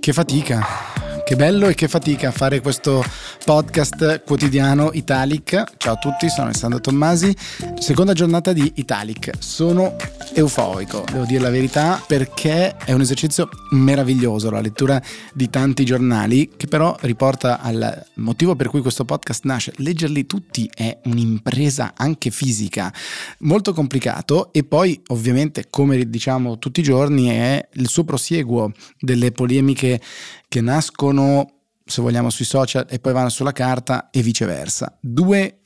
Che fatica, che bello e che fatica fare questo podcast quotidiano Italic. Ciao a tutti, sono Alessandro Tommasi. Seconda giornata di Italic. Sono euforico, devo dire la verità, perché è un esercizio meraviglioso, la lettura di tanti giornali, che però riporta al motivo per cui questo podcast nasce. Leggerli tutti è un'impresa anche fisica, molto complicato, e poi ovviamente, come diciamo tutti i giorni, è il suo prosieguo delle polemiche che nascono, se vogliamo, sui social e poi vanno sulla carta e viceversa. Due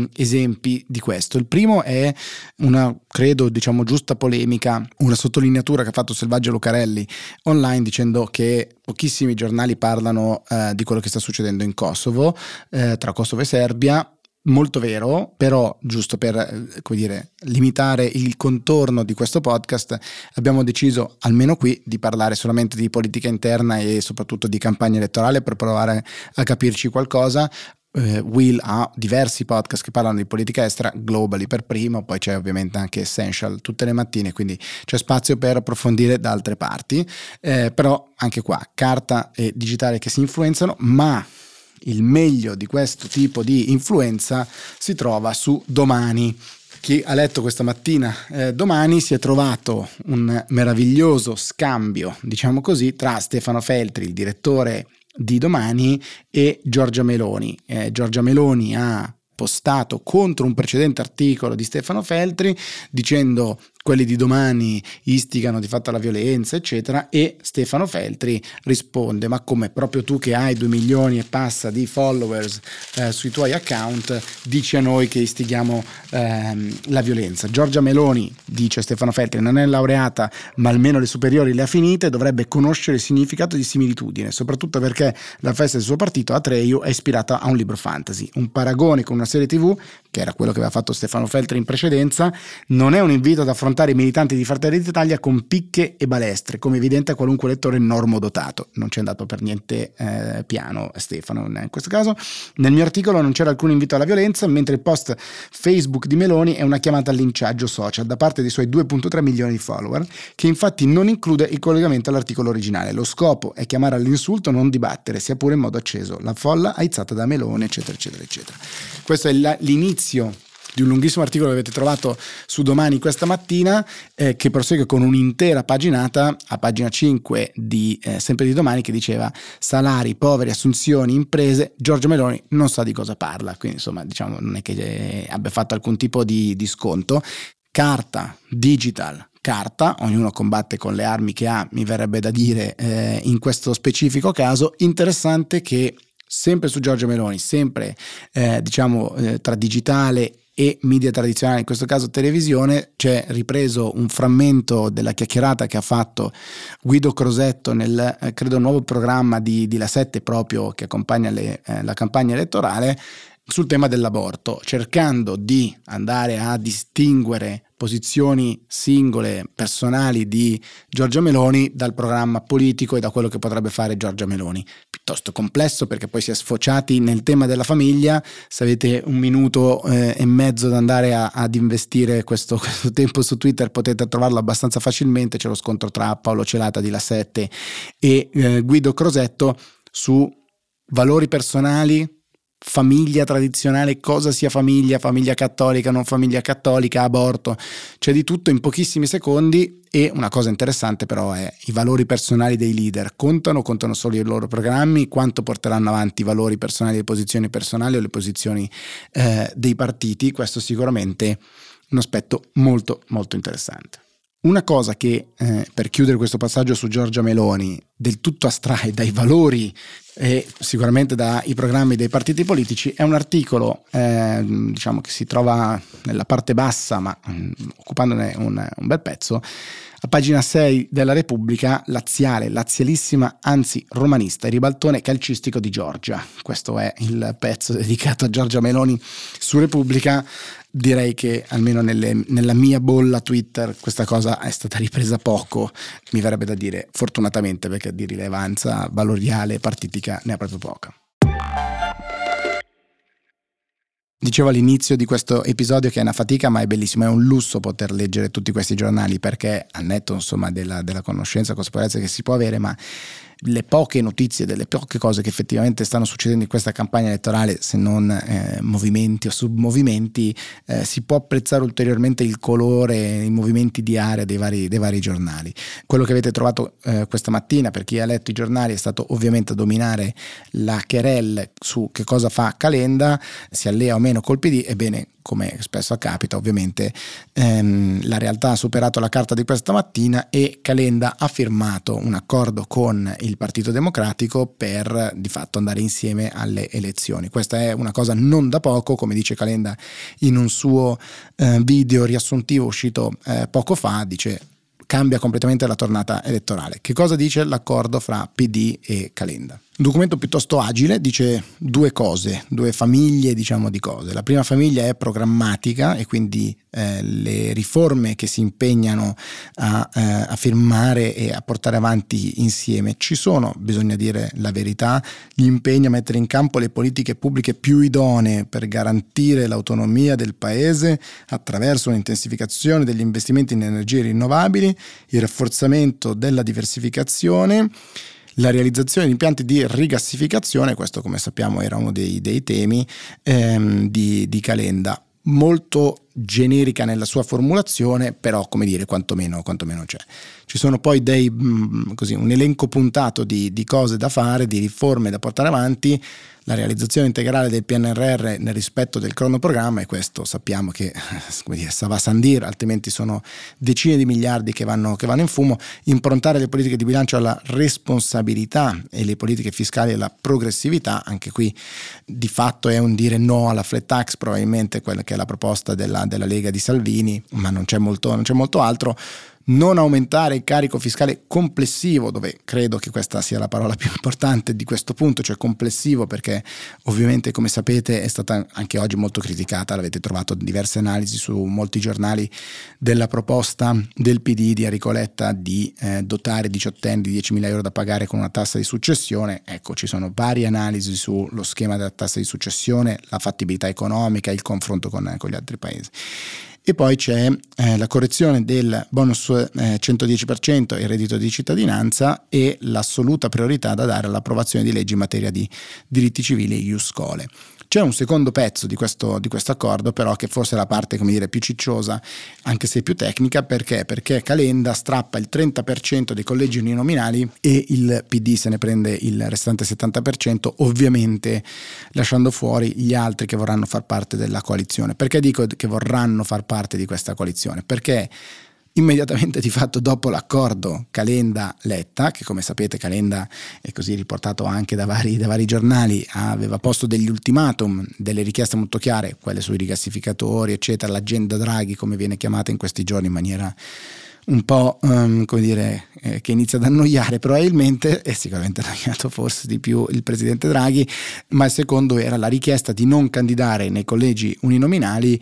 esempi di questo. Il primo è una, credo, giusta polemica, una sottolineatura che ha fatto Selvaggio Lucarelli online, dicendo che pochissimi giornali parlano di quello che sta succedendo in Kosovo, tra Kosovo e Serbia. Molto vero, però giusto per limitare il contorno di questo podcast abbiamo deciso, almeno qui, di parlare solamente di politica interna e soprattutto di campagna elettorale per provare a capirci qualcosa. Will ha diversi podcast che parlano di politica estera, Globally per primo, poi c'è ovviamente anche Essential tutte le mattine, quindi c'è spazio per approfondire da altre parti, però anche qua carta e digitale che si influenzano, ma il meglio di questo tipo di influenza si trova su Domani. Chi ha letto questa mattina Domani si è trovato un meraviglioso scambio, diciamo così, tra Stefano Feltri, il direttore di Domani, e Giorgia Meloni. Giorgia Meloni ha postato contro un precedente articolo di Stefano Feltri dicendo quelli di Domani istigano di fatto alla violenza eccetera, e Stefano Feltri risponde: ma come, proprio tu che hai 2 milioni e passa di followers sui tuoi account dici a noi che istighiamo la violenza? Giorgia Meloni, dice Stefano Feltri, non è laureata ma almeno le superiori le ha finite, dovrebbe conoscere il significato di similitudine, soprattutto perché la festa del suo partito Atreju è ispirata a un libro fantasy. Un paragone con una serie TV, che era quello che aveva fatto Stefano Feltri in precedenza, non è un invito ad affrontare i militanti di Fratelli d'Italia con picche e balestre, come evidente a qualunque lettore normodotato. Non c'è andato per niente piano Stefano in questo caso. Nel mio articolo non c'era alcun invito alla violenza, mentre il post Facebook di Meloni è una chiamata al linciaggio social da parte dei suoi 2,3 milioni di follower, che infatti non include il collegamento all'articolo originale. Lo scopo è chiamare all'insulto, non dibattere, sia pure in modo acceso. La folla aizzata da Meloni, eccetera eccetera eccetera. Questo è l'inizio di un lunghissimo articolo che avete trovato su Domani questa mattina, che prosegue con un'intera paginata a pagina 5 di sempre di Domani, che diceva: salari, poveri, assunzioni, imprese, Giorgia Meloni non sa di cosa parla. Quindi insomma, diciamo, non è che abbia fatto alcun tipo di sconto. Carta, digital, carta, ognuno combatte con le armi che ha, mi verrebbe da dire, in questo specifico caso. Interessante che sempre su Giorgia Meloni, sempre tra digitale e media tradizionale, in questo caso televisione, c'è ripreso un frammento della chiacchierata che ha fatto Guido Crosetto nel credo nuovo programma di La 7 proprio, che accompagna la campagna elettorale, sul tema dell'aborto, cercando di andare a distinguere posizioni singole, personali di Giorgia Meloni dal programma politico e da quello che potrebbe fare Giorgia Meloni. Piuttosto complesso, perché poi si è sfociati nel tema della famiglia. Se avete 1 minuto e mezzo da andare ad investire questo tempo su Twitter, potete trovarlo abbastanza facilmente. C'è lo scontro tra Paolo Celata di La 7 e Guido Crosetto su valori personali, famiglia tradizionale, cosa sia famiglia cattolica, non famiglia cattolica, aborto, c'è di tutto in pochissimi secondi. E una cosa interessante però è i valori personali dei leader. Contano solo i loro programmi, quanto porteranno avanti i valori personali, le posizioni personali o le posizioni dei partiti. Questo sicuramente è un aspetto molto molto interessante. Una cosa che, per chiudere questo passaggio su Giorgia Meloni, del tutto astrae dai valori e sicuramente dai programmi dei partiti politici, è un articolo che si trova nella parte bassa, ma occupandone un bel pezzo, a pagina 6 della Repubblica, lazialissima, anzi romanista, il ribaltone calcistico di Giorgia. Questo è il pezzo dedicato a Giorgia Meloni su Repubblica. Direi che almeno nella mia bolla Twitter questa cosa è stata ripresa poco, mi verrebbe da dire fortunatamente, perché di rilevanza valoriale partitica ne ha proprio poca. Dicevo all'inizio di questo episodio che è una fatica, ma è bellissimo, è un lusso poter leggere tutti questi giornali, perché al netto insomma della conoscenza, consapevolezza che si può avere, ma delle poche notizie, delle poche cose che effettivamente stanno succedendo in questa campagna elettorale, se non movimenti o submovimenti, si può apprezzare ulteriormente il colore, i movimenti di area dei vari giornali. Quello che avete trovato questa mattina, per chi ha letto i giornali, è stato ovviamente a dominare la querelle su che cosa fa Calenda, si allea o meno col PD. Ebbene, come spesso capita, ovviamente la realtà ha superato la carta di questa mattina e Calenda ha firmato un accordo con il Partito Democratico per di fatto andare insieme alle elezioni. Questa è una cosa non da poco, come dice Calenda in un suo video riassuntivo uscito poco fa, dice: cambia completamente la tornata elettorale. Che cosa dice l'accordo fra PD e Calenda? Un documento piuttosto agile, dice due cose, due famiglie diciamo di cose. La prima famiglia è programmatica e quindi le riforme che si impegnano a firmare e a portare avanti insieme ci sono, bisogna dire la verità, gli impegni a mettere in campo le politiche pubbliche più idonee per garantire l'autonomia del paese attraverso un'intensificazione degli investimenti in energie rinnovabili, il rafforzamento della diversificazione, la realizzazione di impianti di rigassificazione. Questo, come sappiamo, era uno dei temi di Calenda, molto generica nella sua formulazione, però come dire quantomeno c'è. Ci sono poi un elenco puntato di cose da fare, di riforme da portare avanti, la realizzazione integrale del PNRR nel rispetto del cronoprogramma, e questo sappiamo che ça va sans dire, altrimenti sono decine di miliardi che vanno in fumo, improntare le politiche di bilancio alla responsabilità e le politiche fiscali alla progressività. Anche qui di fatto è un dire no alla flat tax, probabilmente quella che è la proposta della Lega di Salvini, ma non c'è molto altro. Non aumentare il carico fiscale complessivo, dove credo che questa sia la parola più importante di questo punto, cioè complessivo, perché ovviamente, come sapete, è stata anche oggi molto criticata. L'avete trovato diverse analisi su molti giornali della proposta del PD di Enrico Letta di dotare i diciottenni di 10.000 euro da pagare con una tassa di successione. Ecco, ci sono varie analisi sullo schema della tassa di successione, la fattibilità economica, il confronto con gli altri paesi. E poi c'è la correzione del bonus 110% e il reddito di cittadinanza e l'assoluta priorità da dare all'approvazione di leggi in materia di diritti civili e ius scholae. C'è un secondo pezzo di questo accordo, però, che forse è la parte, come dire, più cicciosa, anche se più tecnica. Perché Calenda strappa il 30% dei collegi uninominali e il PD se ne prende il restante 70%, ovviamente lasciando fuori gli altri che vorranno far parte della coalizione. Perché dico che vorranno far parte di questa coalizione? Perché immediatamente di fatto dopo l'accordo Calenda-Letta, che come sapete Calenda è così riportato anche da vari giornali, aveva posto degli ultimatum, delle richieste molto chiare, quelle sui rigassificatori eccetera, l'agenda Draghi come viene chiamata in questi giorni in maniera un po' che inizia ad annoiare probabilmente, e sicuramente ha annoiato forse di più il presidente Draghi, ma il secondo era la richiesta di non candidare nei collegi uninominali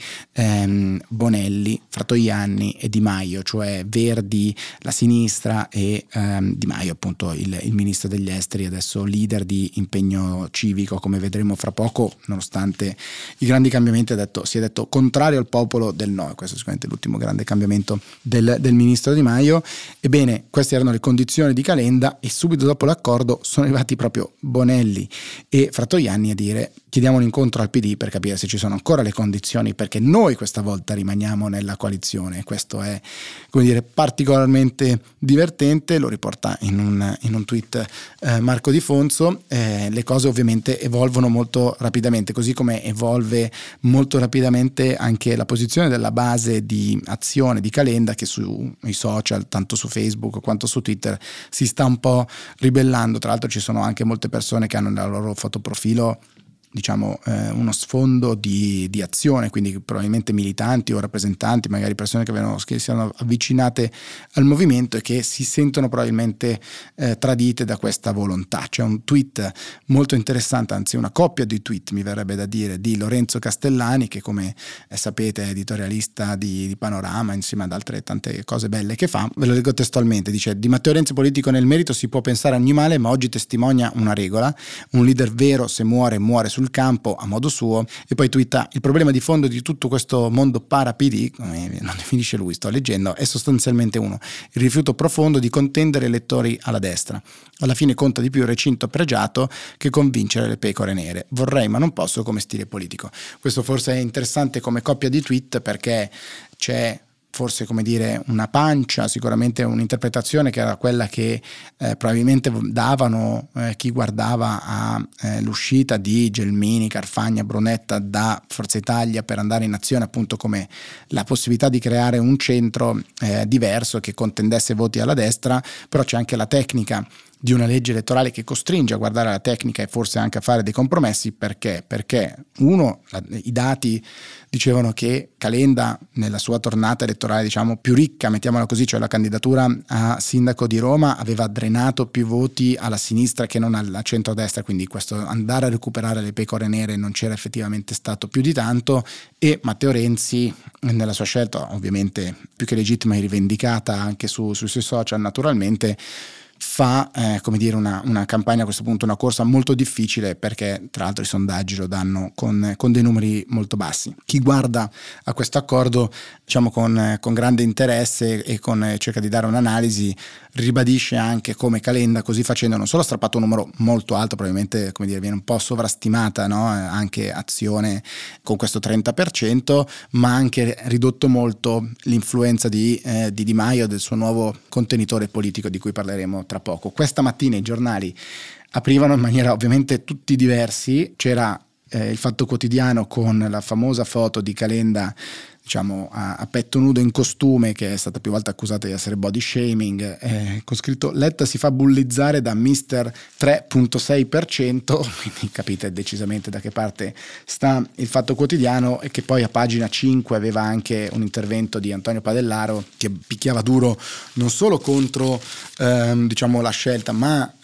Bonelli, Fratoianni e Di Maio, cioè Verdi, la sinistra, e Di Maio appunto il ministro degli esteri, adesso leader di impegno civico, come vedremo fra poco, nonostante i grandi cambiamenti si è detto contrario al popolo del no. Questo è sicuramente l'ultimo grande cambiamento del ministro Di Maio. Ebbene, queste erano le condizioni di Calenda, e subito dopo l'accordo sono arrivati proprio Bonelli e Fratoianni a dire: chiediamo un incontro al PD per capire se ci sono ancora le condizioni perché noi questa volta rimaniamo nella coalizione. Questo è, come dire, particolarmente divertente. Lo riporta in un tweet Marco Di Fonso. Le cose ovviamente evolvono molto rapidamente, così come evolve molto rapidamente anche la posizione della base di azione di Calenda, che sui social, tanto su Facebook quanto su Twitter, si sta un po' ribellando. Tra l'altro ci sono anche molte persone che hanno nella loro fotoprofilo uno sfondo di azione, quindi probabilmente militanti o rappresentanti, magari persone che si erano avvicinate al movimento e che si sentono probabilmente tradite da questa volontà. C'è un tweet molto interessante, anzi una coppia di tweet mi verrebbe da dire, di Lorenzo Castellani, che come sapete è editorialista di Panorama insieme ad altre tante cose belle che fa. Ve lo leggo testualmente, dice: di Matteo Renzi politico nel merito si può pensare a ogni male, ma oggi testimonia una regola: un leader vero se muore sul sul campo a modo suo, e poi twitta: il problema di fondo di tutto questo mondo para PD, come non definisce lui, sto leggendo, è sostanzialmente uno: il rifiuto profondo di contendere elettori alla destra. Alla fine conta di più il recinto pregiato che convincere le pecore nere. Vorrei ma non posso come stile politico. Questo forse è interessante come coppia di tweet, perché c'è forse, come dire, una pancia, sicuramente un'interpretazione che era quella che probabilmente davano chi guardava all'uscita di Gelmini, Carfagna, Brunetta da Forza Italia per andare in azione, appunto come la possibilità di creare un centro diverso che contendesse voti alla destra. Però c'è anche la tecnica di una legge elettorale che costringe a guardare la tecnica e forse anche a fare dei compromessi. Perché? Perché i dati dicevano che Calenda nella sua tornata elettorale, diciamo, più ricca, mettiamola così, cioè la candidatura a sindaco di Roma, aveva drenato più voti alla sinistra che non alla centrodestra, quindi questo andare a recuperare le pecore nere non c'era effettivamente stato più di tanto. E Matteo Renzi, nella sua scelta ovviamente più che legittima e rivendicata anche sui suoi social naturalmente, fa come dire una campagna, a questo punto una corsa molto difficile, perché tra l'altro i sondaggi lo danno con dei numeri molto bassi. Chi guarda a questo accordo, diciamo, con grande interesse e cerca di dare un'analisi, ribadisce anche come Calenda, così facendo, non solo ha strappato un numero molto alto, probabilmente, come dire, viene un po' sovrastimata, no? Anche Azione con questo 30%, ma anche ridotto molto l'influenza di Di Maio, del suo nuovo contenitore politico di cui parleremo tra poco. Questa mattina i giornali aprivano in maniera ovviamente tutti diversi. C'era il Fatto Quotidiano con la famosa foto di Calenda, diciamo, a petto nudo in costume, che è stata più volte accusata di essere body shaming, con scritto: Letta si fa bullizzare da mister 3,6%, quindi capite decisamente da che parte sta il Fatto Quotidiano, e che poi a pagina 5 aveva anche un intervento di Antonio Padellaro che picchiava duro non solo contro diciamo la scelta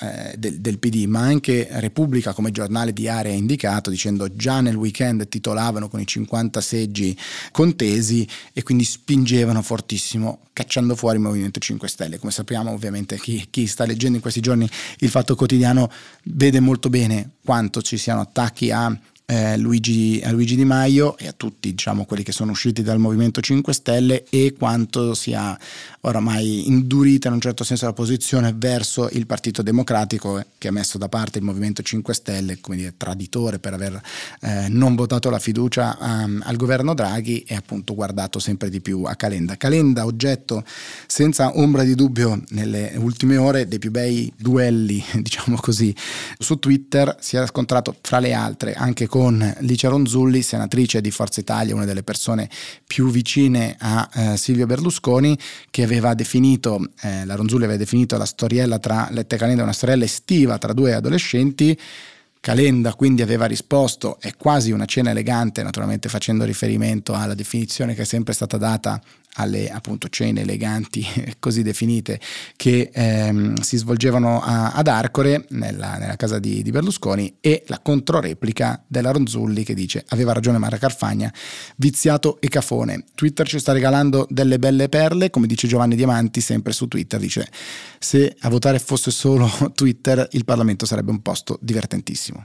del PD, ma anche Repubblica come giornale di area indicato, dicendo: già nel weekend titolavano con i 50 seggi contesi, e quindi spingevano fortissimo, cacciando fuori il Movimento 5 Stelle. Come sappiamo, ovviamente, chi sta leggendo in questi giorni il Fatto Quotidiano vede molto bene quanto ci siano attacchi a Luigi Di Maio e a tutti, diciamo, quelli che sono usciti dal Movimento 5 Stelle, e quanto sia oramai indurita in un certo senso la posizione verso il Partito Democratico, che ha messo da parte il Movimento 5 Stelle, come dire, traditore per aver non votato la fiducia al governo Draghi, e appunto guardato sempre di più a Calenda, oggetto senza ombra di dubbio nelle ultime ore dei più bei duelli, diciamo così, su Twitter. Si era scontrato fra le altre anche con Licia Ronzulli, senatrice di Forza Italia, una delle persone più vicine a Silvio Berlusconi, che aveva definito, la Ronzulli aveva definito la storiella tra Letta e Calenda una storiella estiva tra due adolescenti. Calenda quindi aveva risposto: è quasi una cena elegante, naturalmente facendo riferimento alla definizione che è sempre stata data alle, appunto, cene eleganti così definite che si svolgevano ad Arcore, nella casa di Berlusconi. E la controreplica della Ronzulli che dice: aveva ragione Mara Carfagna, viziato e cafone. Twitter ci sta regalando delle belle perle, come dice Giovanni Diamanti sempre su Twitter, dice: se a votare fosse solo Twitter, il Parlamento sarebbe un posto divertentissimo.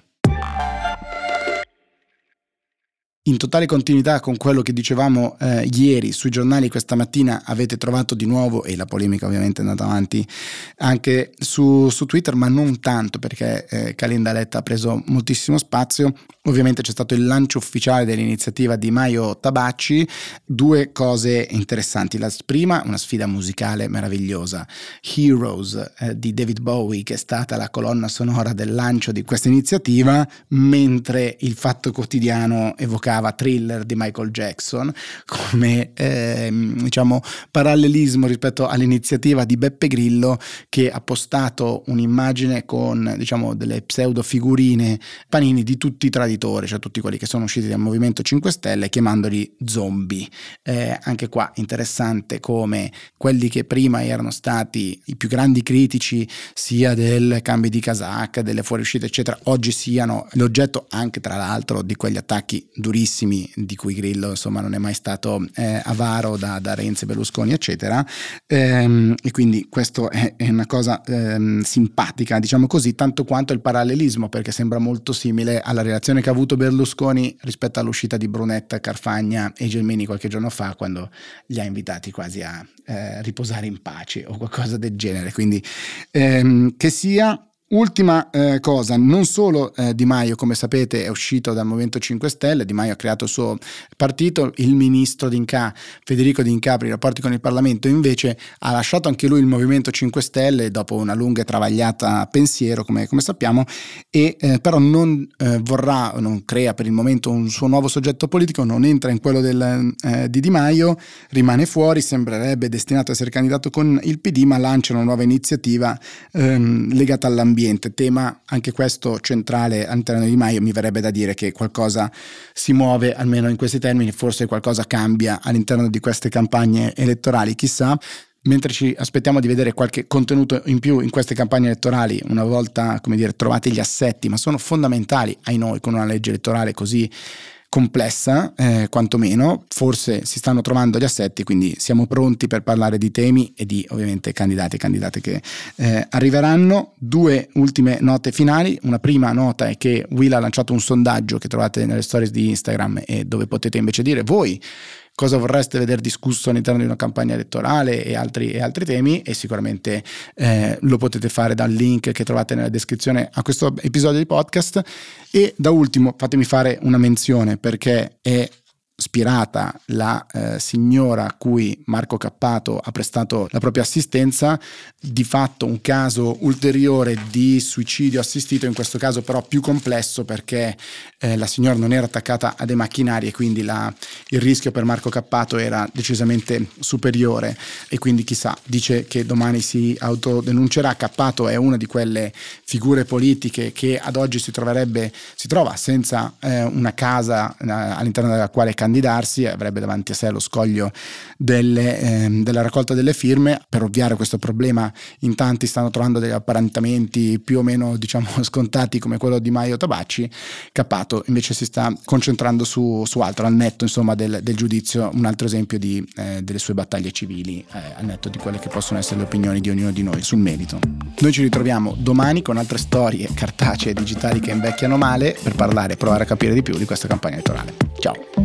In totale continuità con quello che dicevamo ieri sui giornali, questa mattina avete trovato di nuovo, e la polemica ovviamente è andata avanti anche su Twitter, ma non tanto, perché Calenda Letta ha preso moltissimo spazio. Ovviamente c'è stato il lancio ufficiale dell'iniziativa Di Maio Tabacci. Due cose interessanti: la prima, una sfida musicale meravigliosa, Heroes di David Bowie, che è stata la colonna sonora del lancio di questa iniziativa, mentre il Fatto Quotidiano evocava Thriller di Michael Jackson come diciamo parallelismo rispetto all'iniziativa di Beppe Grillo, che ha postato un'immagine con, diciamo, delle pseudo figurine panini di tutti i traditori, cioè tutti quelli che sono usciti dal Movimento 5 Stelle, chiamandoli zombie. Anche qua interessante come quelli che prima erano stati i più grandi critici sia del cambio di casacca, delle fuoriuscite eccetera, oggi siano l'oggetto anche, tra l'altro, di quegli attacchi durissimi bravissimi, di cui Grillo insomma non è mai stato avaro da Renzi, Berlusconi eccetera, e quindi questo è una cosa simpatica, diciamo così, tanto quanto il parallelismo, perché sembra molto simile alla relazione che ha avuto Berlusconi rispetto all'uscita di Brunetta, Carfagna e Gelmini qualche giorno fa, quando li ha invitati quasi a riposare in pace o qualcosa del genere. Quindi che sia. Ultima cosa, non solo Di Maio, come sapete, è uscito dal Movimento 5 Stelle, Di Maio ha creato il suo partito, il ministro D'Incà, Federico D'Incà, per i rapporti con il Parlamento, invece ha lasciato anche lui il Movimento 5 Stelle dopo una lunga e travagliata pensiero, come sappiamo, e però non vorrà, non crea per il momento un suo nuovo soggetto politico, non entra in quello di Di Maio, rimane fuori, sembrerebbe destinato a essere candidato con il PD, ma lancia una nuova iniziativa legata all'ambiente. Tema anche questo centrale all'interno di Di Maio. Mi verrebbe da dire che qualcosa si muove, almeno in questi termini, forse qualcosa cambia all'interno di queste campagne elettorali, chissà. Mentre ci aspettiamo di vedere qualche contenuto in più in queste campagne elettorali, una volta, come dire, trovati gli assetti, ma sono fondamentali ai noi con una legge elettorale così complessa, quantomeno, forse si stanno trovando gli assetti, quindi siamo pronti per parlare di temi e di ovviamente candidati e candidate che arriveranno. Due ultime note finali. Una prima nota è che Will ha lanciato un sondaggio che trovate nelle stories di Instagram e dove potete invece dire voi cosa vorreste vedere discusso all'interno di una campagna elettorale e altri temi, e sicuramente lo potete fare dal link che trovate nella descrizione a questo episodio di podcast. E da ultimo fatemi fare una menzione, perché è ispirata la signora a cui Marco Cappato ha prestato la propria assistenza, di fatto un caso ulteriore di suicidio assistito, in questo caso però più complesso, perché la signora non era attaccata a dei macchinari e quindi il rischio per Marco Cappato era decisamente superiore, e quindi chissà, dice che domani si autodenuncerà. Cappato è una di quelle figure politiche che ad oggi si trova senza una casa all'interno della quale candidarsi, avrebbe davanti a sé lo scoglio della raccolta delle firme. Per ovviare questo problema in tanti stanno trovando degli apparentamenti più o meno, diciamo, scontati come quello di Maio Tabacci. Cappato invece si sta concentrando su altro, al netto insomma del giudizio, un altro esempio delle sue battaglie civili, al netto di quelle che possono essere le opinioni di ognuno di noi sul merito. Noi ci ritroviamo domani con altre storie cartacee e digitali che invecchiano male, per provare a capire di più di questa campagna elettorale. Ciao!